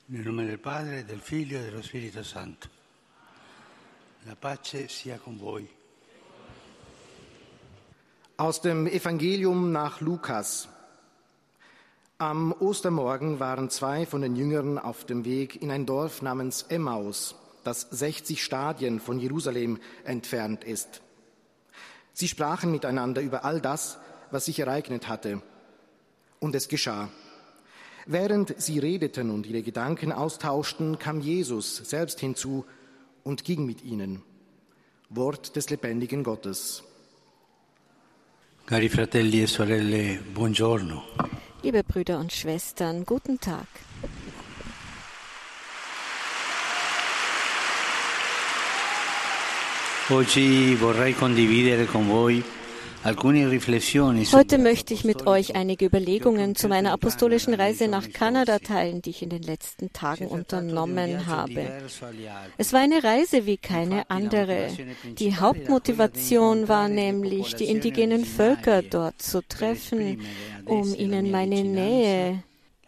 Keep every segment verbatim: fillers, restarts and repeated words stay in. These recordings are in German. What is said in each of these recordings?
Nel nome del Padre, del Figlio e dello Spirito Santo. La pace sia con voi. Aus dem Evangelium nach Lukas. Am Ostermorgen waren zwei von den Jüngern auf dem Weg in ein Dorf namens Emmaus, das sechzig Stadien von Jerusalem entfernt ist. Sie sprachen miteinander über all das, was sich ereignet hatte. Und es geschah. Während sie redeten und ihre Gedanken austauschten, kam Jesus selbst hinzu und ging mit ihnen. Wort des lebendigen Gottes. Cari fratelli e sorelle, buongiorno. Liebe Brüder und Schwestern, guten Tag. Oggi vorrei condividere con voi alcune riflessioni. Heute möchte ich mit euch einige Überlegungen zu meiner apostolischen Reise nach Kanada teilen, die ich in den letzten Tagen unternommen habe. Es war eine Reise wie keine andere. Die Hauptmotivation war nämlich, die indigenen Völker dort zu treffen, um ihnen meine Nähe,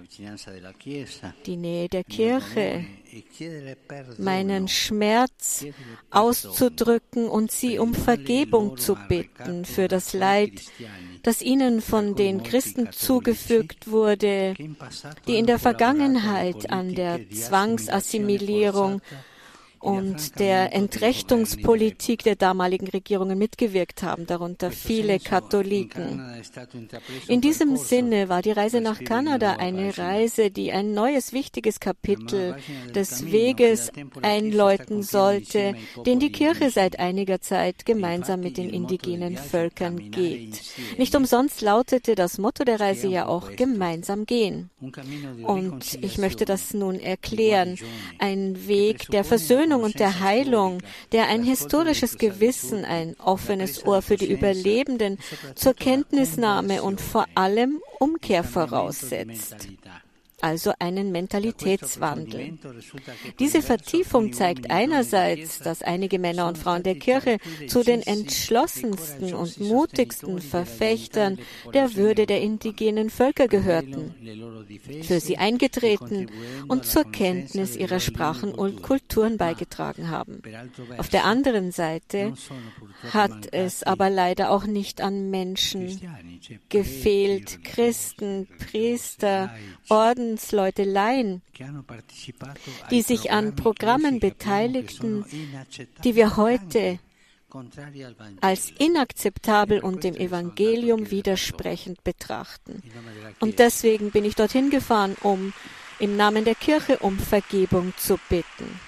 die Nähe der Kirche, meinen Schmerz auszudrücken und sie um Vergebung zu bitten für das Leid, das ihnen von den Christen zugefügt wurde, die in der Vergangenheit an der Zwangsassimilierung und der Entrechtungspolitik der damaligen Regierungen mitgewirkt haben, darunter viele Katholiken. In diesem Sinne war die Reise nach Kanada eine Reise, die ein neues, wichtiges Kapitel des Weges einläuten sollte, den die Kirche seit einiger Zeit gemeinsam mit den indigenen Völkern geht. Nicht umsonst lautete das Motto der Reise ja auch gemeinsam gehen. Und ich möchte das nun erklären. Ein Weg der Versöhnung und der Heilung, der ein historisches Gewissen, ein offenes Ohr für die Überlebenden, zur Kenntnisnahme und vor allem Umkehr voraussetzt. Also einen Mentalitätswandel. Diese Vertiefung zeigt einerseits, dass einige Männer und Frauen der Kirche zu den entschlossensten und mutigsten Verfechtern der Würde der indigenen Völker gehörten, für sie eingetreten und zur Kenntnis ihrer Sprachen und Kulturen beigetragen haben. Auf der anderen Seite hat es aber leider auch nicht an Menschen gefehlt, Christen, Priester, Ordensleute, Laien, die sich an Programmen beteiligten, die wir heute als inakzeptabel und dem Evangelium widersprechend betrachten. Und deswegen bin ich dorthin gefahren, um im Namen der Kirche um Vergebung zu bitten.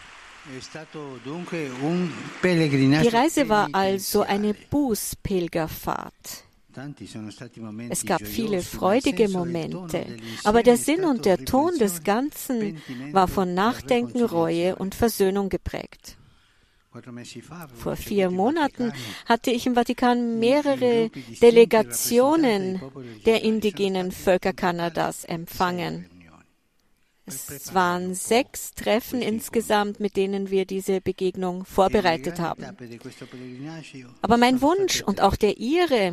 Die Reise war also eine Bußpilgerfahrt. Es gab viele freudige Momente, aber der Sinn und der Ton des Ganzen war von Nachdenken, Reue und Versöhnung geprägt. Vor vier Monaten hatte ich im Vatikan mehrere Delegationen der indigenen Völker Kanadas empfangen. Es waren sechs Treffen insgesamt, mit denen wir diese Begegnung vorbereitet haben. Aber mein Wunsch und auch der Ihre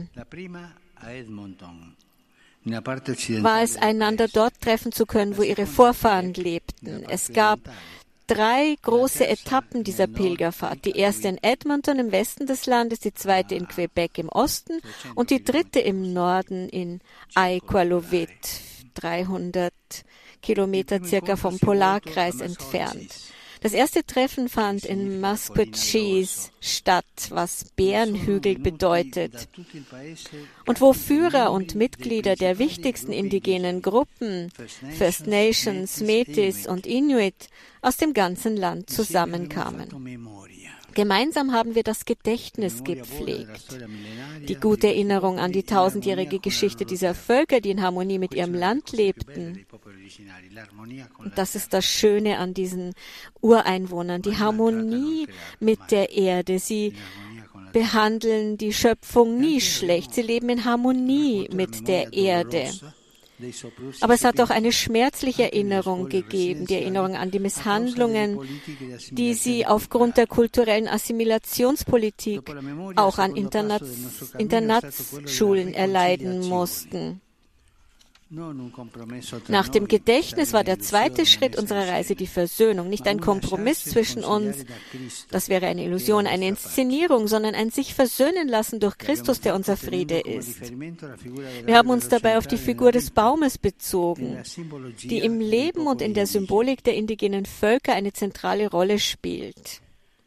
war es, einander dort treffen zu können, wo Ihre Vorfahren lebten. Es gab drei große Etappen dieser Pilgerfahrt. Die erste in Edmonton im Westen des Landes, die zweite in Quebec im Osten und die dritte im Norden in Iqaluit, dreihundert Kilometer circa vom Polarkreis entfernt. Das erste Treffen fand in Maskwacis statt, was Bärenhügel bedeutet, und wo Führer und Mitglieder der wichtigsten indigenen Gruppen, First Nations, Métis und Inuit, aus dem ganzen Land zusammenkamen. Gemeinsam haben wir das Gedächtnis gepflegt, die gute Erinnerung an die tausendjährige Geschichte dieser Völker, die in Harmonie mit ihrem Land lebten. Und das ist das Schöne an diesen Ureinwohnern, die Harmonie mit der Erde. Sie behandeln die Schöpfung nie schlecht, sie leben in Harmonie mit der Erde. Aber es hat auch eine schmerzliche Erinnerung gegeben, die Erinnerung an die Misshandlungen, die sie aufgrund der kulturellen Assimilationspolitik auch an Internats- Internatsschulen erleiden mussten. Nach dem Gedächtnis war der zweite Schritt unserer Reise die Versöhnung, nicht ein Kompromiss zwischen uns, das wäre eine Illusion, eine Inszenierung, sondern ein sich versöhnen lassen durch Christus, der unser Friede ist. Wir haben uns dabei auf die Figur des Baumes bezogen, die im Leben und in der Symbolik der indigenen Völker eine zentrale Rolle spielt.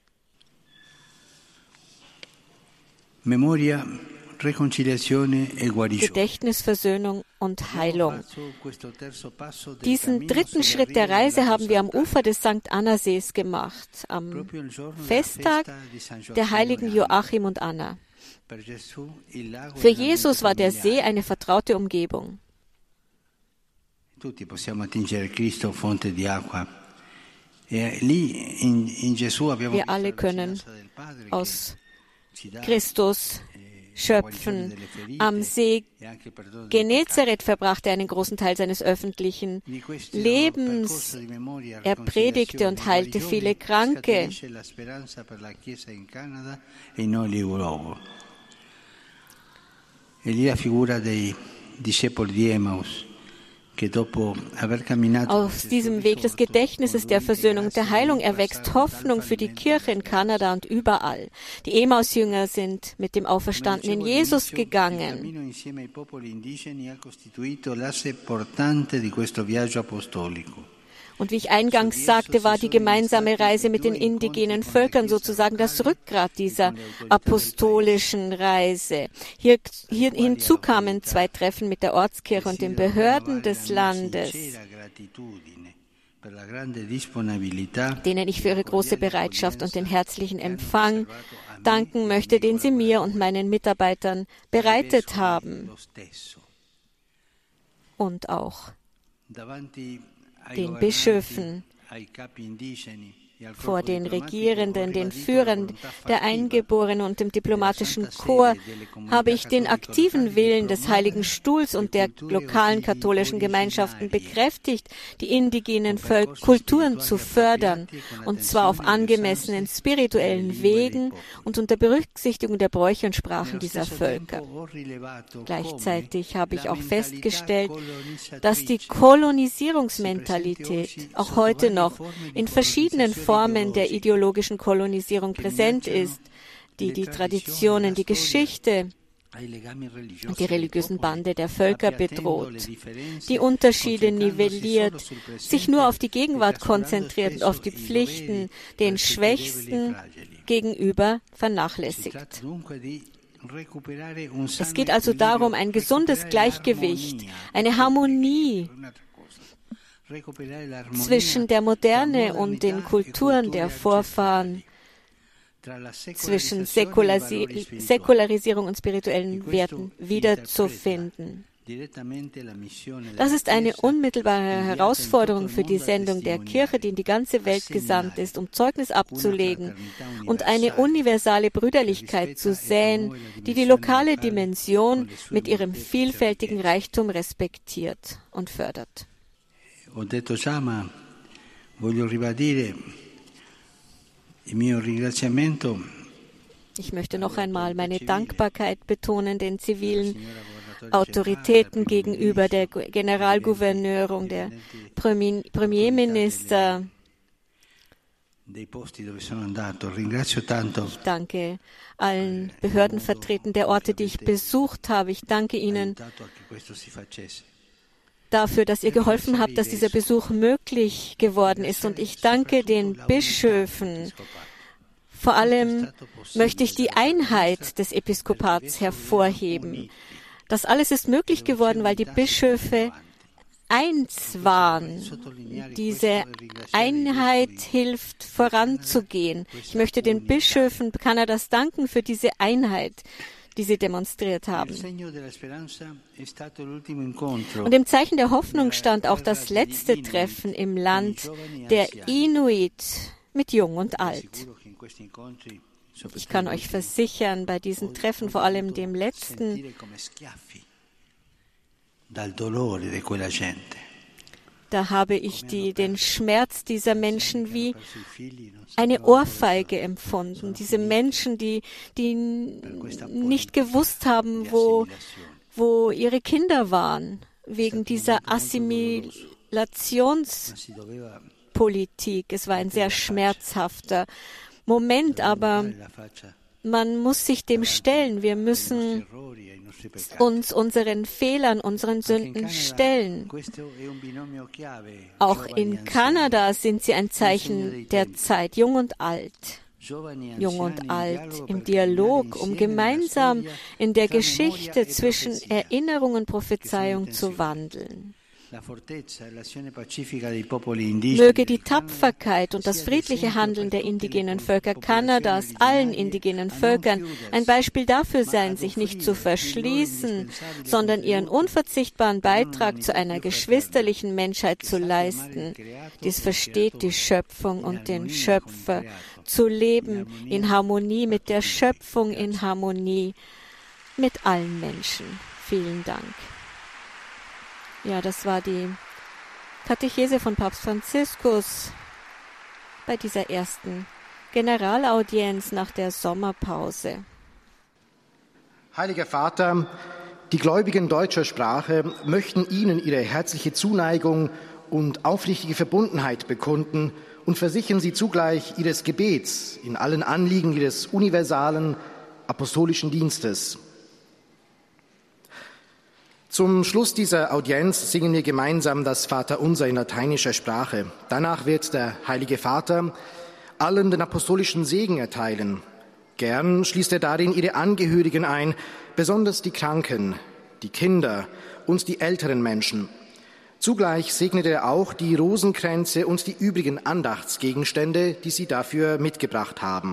Memoria, Reconciliazione e guarigione. Gedächtnis, Versöhnung und Heilung. Diesen dritten Schritt der Reise haben wir am Ufer des Sankt Anna-Sees gemacht, am Festtag der heiligen Joachim und Anna. Für Jesus war der See eine vertraute Umgebung. Wir alle können aus Christus schöpfen. Am See Genezareth verbrachte er einen großen Teil seines öffentlichen Lebens. Er predigte und heilte viele Kranke. Aus diesem Weg des Gedächtnisses, der Versöhnung und der Heilung erwächst Hoffnung für die Kirche in Kanada und überall. Die Emmaus-Jünger sind mit dem auferstandenen Jesus gegangen. Und wie ich eingangs sagte, war die gemeinsame Reise mit den indigenen Völkern sozusagen das Rückgrat dieser apostolischen Reise. Hier, hier hinzu kamen zwei Treffen mit der Ortskirche und den Behörden des Landes, denen ich für ihre große Bereitschaft und den herzlichen Empfang danken möchte, den sie mir und meinen Mitarbeitern bereitet haben. Und auch den Bischöfen, vor den Regierenden, den Führern der Eingeborenen und dem diplomatischen Korps habe ich den aktiven Willen des Heiligen Stuhls und der lokalen katholischen Gemeinschaften bekräftigt, die indigenen Völker, Kulturen zu fördern, und zwar auf angemessenen spirituellen Wegen und unter Berücksichtigung der Bräuche und Sprachen dieser Völker. Gleichzeitig habe ich auch festgestellt, dass die Kolonisierungsmentalität auch heute noch in verschiedenen Formen der ideologischen Kolonisierung präsent ist, die die Traditionen, die Geschichte und die religiösen Bande der Völker bedroht, die Unterschiede nivelliert, sich nur auf die Gegenwart konzentriert und auf die Pflichten den Schwächsten gegenüber vernachlässigt. Es geht also darum, ein gesundes Gleichgewicht, eine Harmonie zwischen der Moderne und den Kulturen der Vorfahren, zwischen Säkulasi- Säkularisierung und spirituellen Werten wiederzufinden. Das ist eine unmittelbare Herausforderung für die Sendung der Kirche, die in die ganze Welt gesandt ist, um Zeugnis abzulegen und eine universale Brüderlichkeit zu säen, die die lokale Dimension mit ihrem vielfältigen Reichtum respektiert und fördert. Ho detto già, ma voglio ribadire il mio ringraziamento. Ich möchte noch einmal meine Dankbarkeit betonen den zivilen Autoritäten gegenüber, der Generalgouverneur, der Premier, Premierminister. Ich danke allen Behördenvertretern der Orte, die ich besucht habe. Ich danke Ihnen dafür, dass ihr geholfen habt, dass dieser Besuch möglich geworden ist. Und ich danke den Bischöfen. Vor allem möchte ich die Einheit des Episkopats hervorheben. Das alles ist möglich geworden, weil die Bischöfe eins waren. Diese Einheit hilft voranzugehen. Ich möchte den Bischöfen Kanadas danken für diese Einheit, die sie demonstriert haben. Und im Zeichen der Hoffnung stand auch das letzte Treffen im Land der Inuit mit Jung und Alt. Ich kann euch versichern, bei diesen Treffen, vor allem dem letzten, da habe ich die, den Schmerz dieser Menschen wie eine Ohrfeige empfunden. Diese Menschen, die, die nicht gewusst haben, wo, wo ihre Kinder waren, wegen dieser Assimilationspolitik. Es war ein sehr schmerzhafter Moment, aber man muss sich dem stellen. Wir müssen uns unseren Fehlern, unseren Sünden stellen. Auch in Kanada sind sie ein Zeichen der Zeit, jung und alt. Jung und alt im Dialog, um gemeinsam in der Geschichte zwischen Erinnerung und Prophezeiung zu wandeln. Möge die Tapferkeit und das friedliche Handeln der indigenen Völker Kanadas, allen indigenen Völkern, ein Beispiel dafür sein, sich nicht zu verschließen, sondern ihren unverzichtbaren Beitrag zu einer geschwisterlichen Menschheit zu leisten. Dies versteht die Schöpfung und den Schöpfer, zu leben in Harmonie mit der Schöpfung, in Harmonie mit allen Menschen. Vielen Dank. Ja, das war die Katechese von Papst Franziskus bei dieser ersten Generalaudienz nach der Sommerpause. Heiliger Vater, die Gläubigen deutscher Sprache möchten Ihnen ihre herzliche Zuneigung und aufrichtige Verbundenheit bekunden und versichern Sie zugleich Ihres Gebets in allen Anliegen Ihres universalen apostolischen Dienstes. Zum Schluss dieser Audienz singen wir gemeinsam das Vaterunser in lateinischer Sprache. Danach wird der Heilige Vater allen den apostolischen Segen erteilen. Gern schließt er darin ihre Angehörigen ein, besonders die Kranken, die Kinder und die älteren Menschen. Zugleich segnet er auch die Rosenkränze und die übrigen Andachtsgegenstände, die sie dafür mitgebracht haben.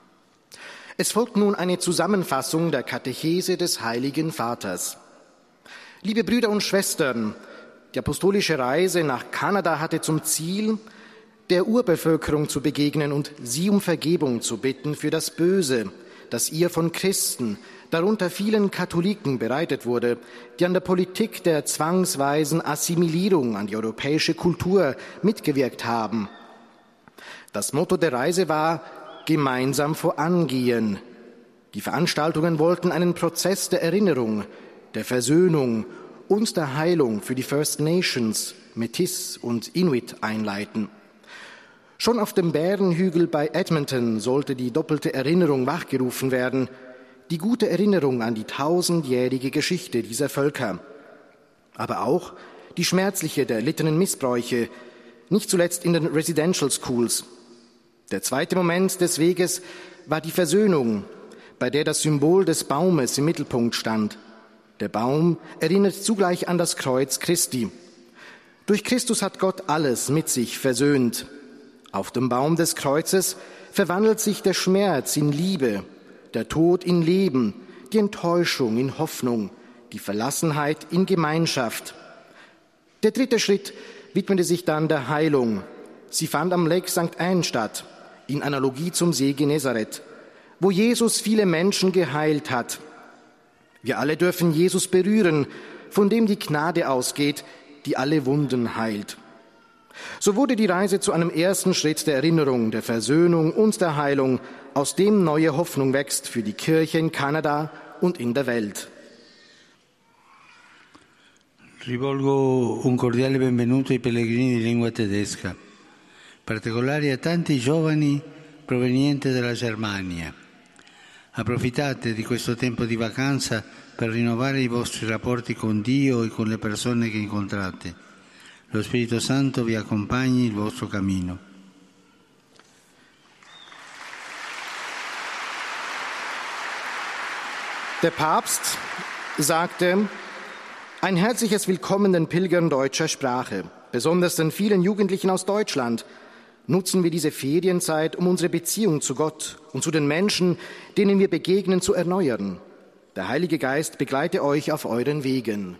Es folgt nun eine Zusammenfassung der Katechese des Heiligen Vaters. Liebe Brüder und Schwestern, die apostolische Reise nach Kanada hatte zum Ziel, der Urbevölkerung zu begegnen und sie um Vergebung zu bitten für das Böse, das ihr von Christen, darunter vielen Katholiken, bereitet wurde, die an der Politik der zwangsweisen Assimilierung an die europäische Kultur mitgewirkt haben. Das Motto der Reise war gemeinsam vorangehen. Die Veranstaltungen wollten einen Prozess der Erinnerung, der Versöhnung und der Heilung für die First Nations, Métis und Inuit einleiten. Schon auf dem Bärenhügel bei Edmonton sollte die doppelte Erinnerung wachgerufen werden, die gute Erinnerung an die tausendjährige Geschichte dieser Völker, aber auch die schmerzliche der erlittenen Missbräuche, nicht zuletzt in den Residential Schools. Der zweite Moment des Weges war die Versöhnung, bei der das Symbol des Baumes im Mittelpunkt stand. Der Baum erinnert zugleich an das Kreuz Christi. Durch Christus hat Gott alles mit sich versöhnt. Auf dem Baum des Kreuzes verwandelt sich der Schmerz in Liebe, der Tod in Leben, die Enttäuschung in Hoffnung, die Verlassenheit in Gemeinschaft. Der dritte Schritt widmete sich dann der Heilung. Sie fand am Lake Sankt Anne statt, in Analogie zum See Genezareth, wo Jesus viele Menschen geheilt hat. Wir alle dürfen Jesus berühren, von dem die Gnade ausgeht, die alle Wunden heilt. So wurde die Reise zu einem ersten Schritt der Erinnerung, der Versöhnung und der Heilung, aus dem neue Hoffnung wächst für die Kirche in Kanada und in der Welt. Rivolgo un cordiale benvenuto ai pellegrini di lingua tedesca, particolari a tanti giovani provenienti dalla Germania. Approfittate di questo tempo di vacanza per rinnovare i vostri rapporti con Dio e con le persone che incontrate. Lo Spirito Santo vi accompagni il vostro cammino. Der Papst sagte: Ein herzliches Willkommen den Pilgern deutscher Sprache, besonders den vielen Jugendlichen aus Deutschland. Nutzen wir diese Ferienzeit, um unsere Beziehung zu Gott und zu den Menschen, denen wir begegnen, zu erneuern. Der Heilige Geist begleite euch auf euren Wegen.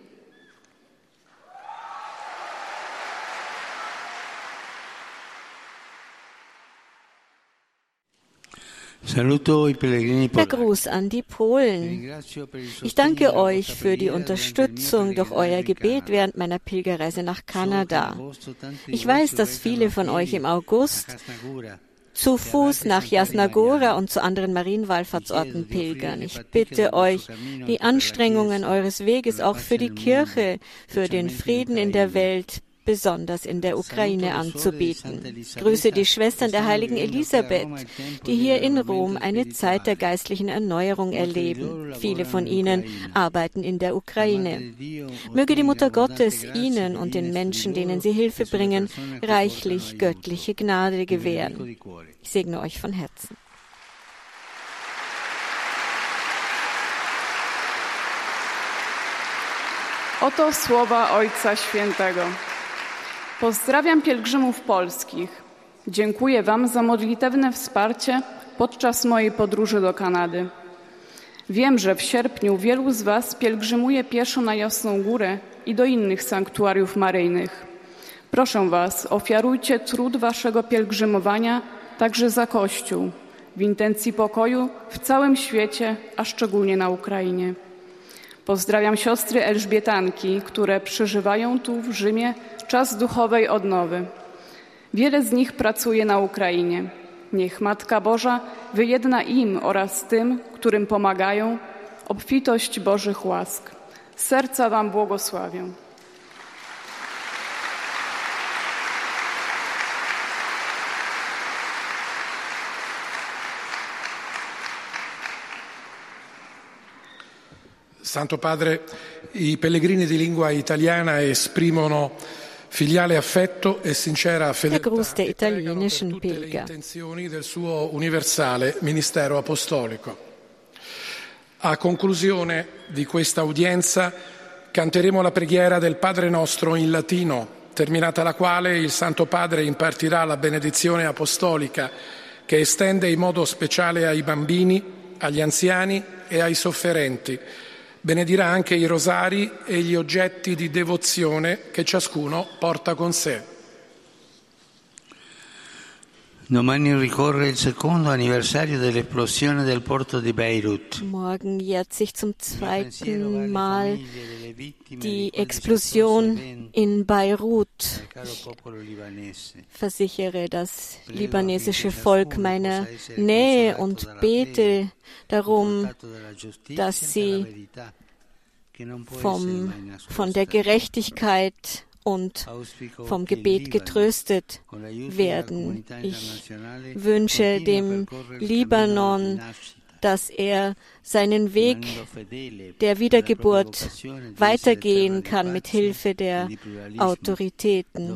Der Gruß an die Polen. Ich danke euch für die Unterstützung durch euer Gebet während meiner Pilgerreise nach Kanada. Ich weiß, dass viele von euch im August zu Fuß nach Jasna Gora und zu anderen Marienwallfahrtsorten pilgern. Ich bitte euch, die Anstrengungen eures Weges auch für die Kirche, für den Frieden in der Welt, besonders in der Ukraine anzubieten. Ich grüße die Schwestern der heiligen Elisabeth, die hier in Rom eine Zeit der geistlichen Erneuerung erleben. Viele von ihnen arbeiten in der Ukraine. Möge die Mutter Gottes ihnen und den Menschen, denen sie Hilfe bringen, reichlich göttliche Gnade gewähren. Ich segne euch von Herzen. Oto słowa Ojca Świętego. Pozdrawiam pielgrzymów polskich. Dziękuję Wam za modlitewne wsparcie podczas mojej podróży do Kanady. Wiem, że w sierpniu wielu z Was pielgrzymuje pieszo na Jasną Górę i do innych sanktuariów maryjnych. Proszę Was, ofiarujcie trud Waszego pielgrzymowania także za Kościół, w intencji pokoju w całym świecie, a szczególnie na Ukrainie. Pozdrawiam siostry Elżbietanki, które przeżywają tu w Rzymie czas duchowej odnowy. Wiele z nich pracuje na Ukrainie. Niech Matka Boża wyjedna im oraz tym, którym pomagają, obfitość Bożych łask. Z serca Wam błogosławię. Santo Padre, i pellegrini di lingua italiana esprimono filiale affetto e sincera fedeltà e pregano per tutte le intenzioni del suo universale ministero apostolico. A conclusione di questa udienza canteremo la preghiera del Padre Nostro in latino, terminata la quale il Santo Padre impartirà la benedizione apostolica che estende in modo speciale ai bambini, agli anziani e ai sofferenti. Benedirà anche i rosari e gli oggetti di devozione che ciascuno porta con sé. Domani ricorre il secondo anniversario dell'esplosione del porto di Beirut. Morgen jährt sich zum zweiten Mal die Explosion in Beirut. Ich versichere das libanesische Volk meiner Nähe und bete darum, dass sie vom, von der Gerechtigkeit und vom Gebet getröstet werden. Ich wünsche dem Libanon, dass er seinen Weg der Wiedergeburt weitergehen kann mit Hilfe der Autoritäten.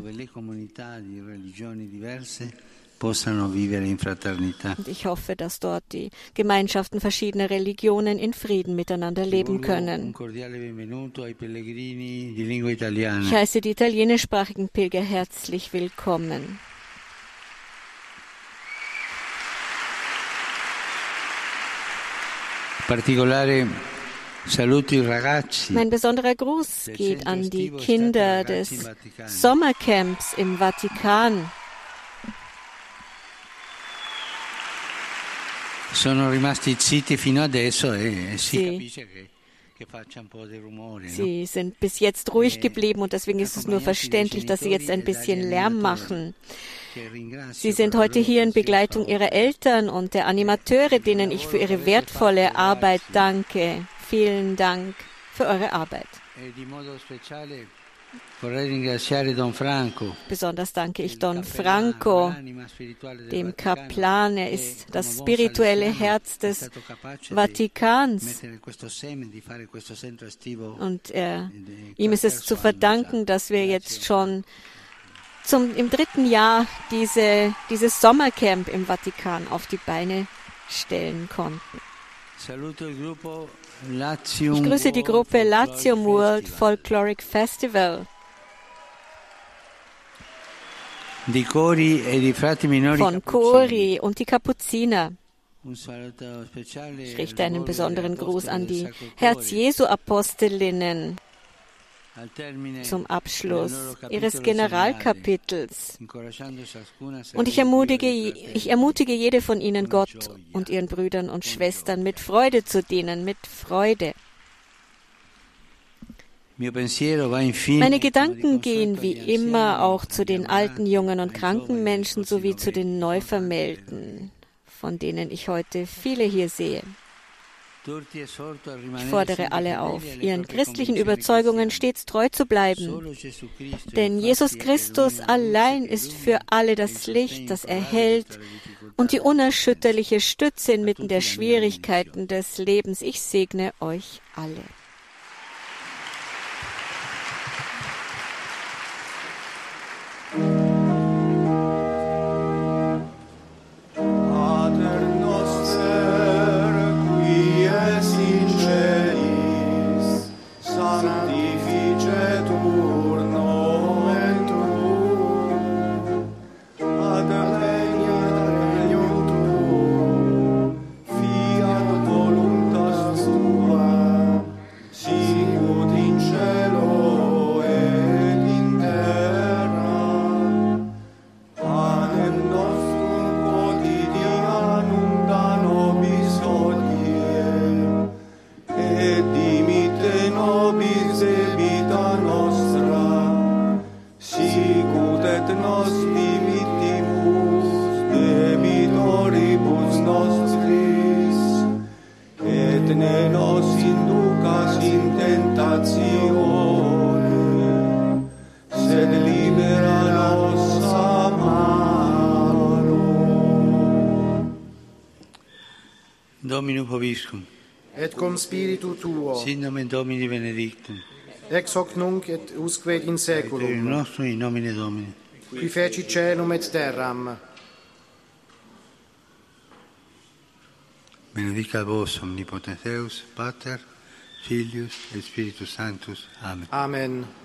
Und ich hoffe, dass dort die Gemeinschaften verschiedener Religionen in Frieden miteinander leben können. Ich heiße die italienischsprachigen Pilger herzlich willkommen. Mein besonderer Gruß geht an die Kinder des Sommercamps im Vatikan. Sono rimasti zitti fino adesso e si capisce che Sie sind bis jetzt ruhig geblieben und deswegen ist es nur verständlich, dass sie jetzt ein bisschen Lärm machen. Sie sind heute hier in Begleitung ihrer Eltern und der Animateure, denen ich für ihre wertvolle Arbeit danke. Vielen Dank für eure Arbeit. Besonders danke ich Don Franco, dem Kaplan. Er ist das spirituelle Herz des Vatikans. Und er, ihm ist es zu verdanken, dass wir jetzt schon zum, im dritten Jahr diese, dieses Sommercamp im Vatikan auf die Beine stellen konnten. Ich grüße die Gruppe Latium World Folkloric Festival. Von Cori und die Kapuziner. Ich richte einen besonderen Gruß an die Herz-Jesu-Apostelinnen zum Abschluss ihres Generalkapitels. Und ich ermutige, ich ermutige jede von ihnen, Gott und ihren Brüdern und Schwestern mit Freude zu dienen, mit Freude. Meine Gedanken gehen wie immer auch zu den alten, jungen und kranken Menschen sowie zu den Neuvermählten, von denen ich heute viele hier sehe. Ich fordere alle auf, ihren christlichen Überzeugungen stets treu zu bleiben. Denn Jesus Christus allein ist für alle das Licht, das erhellt und die unerschütterliche Stütze inmitten der Schwierigkeiten des Lebens. Ich segne euch alle. Dominum Hoviscum. Et cum spiritu tuo. Sit nomen Domini benedictum. Ex hoc nunc et usque in saeculum. Per nostro in nomine Domini. Qui feci caelum et terram. Benedicat vos omnipotens Deus, Pater, Filius et Spiritus Sanctus. Amen. Amen.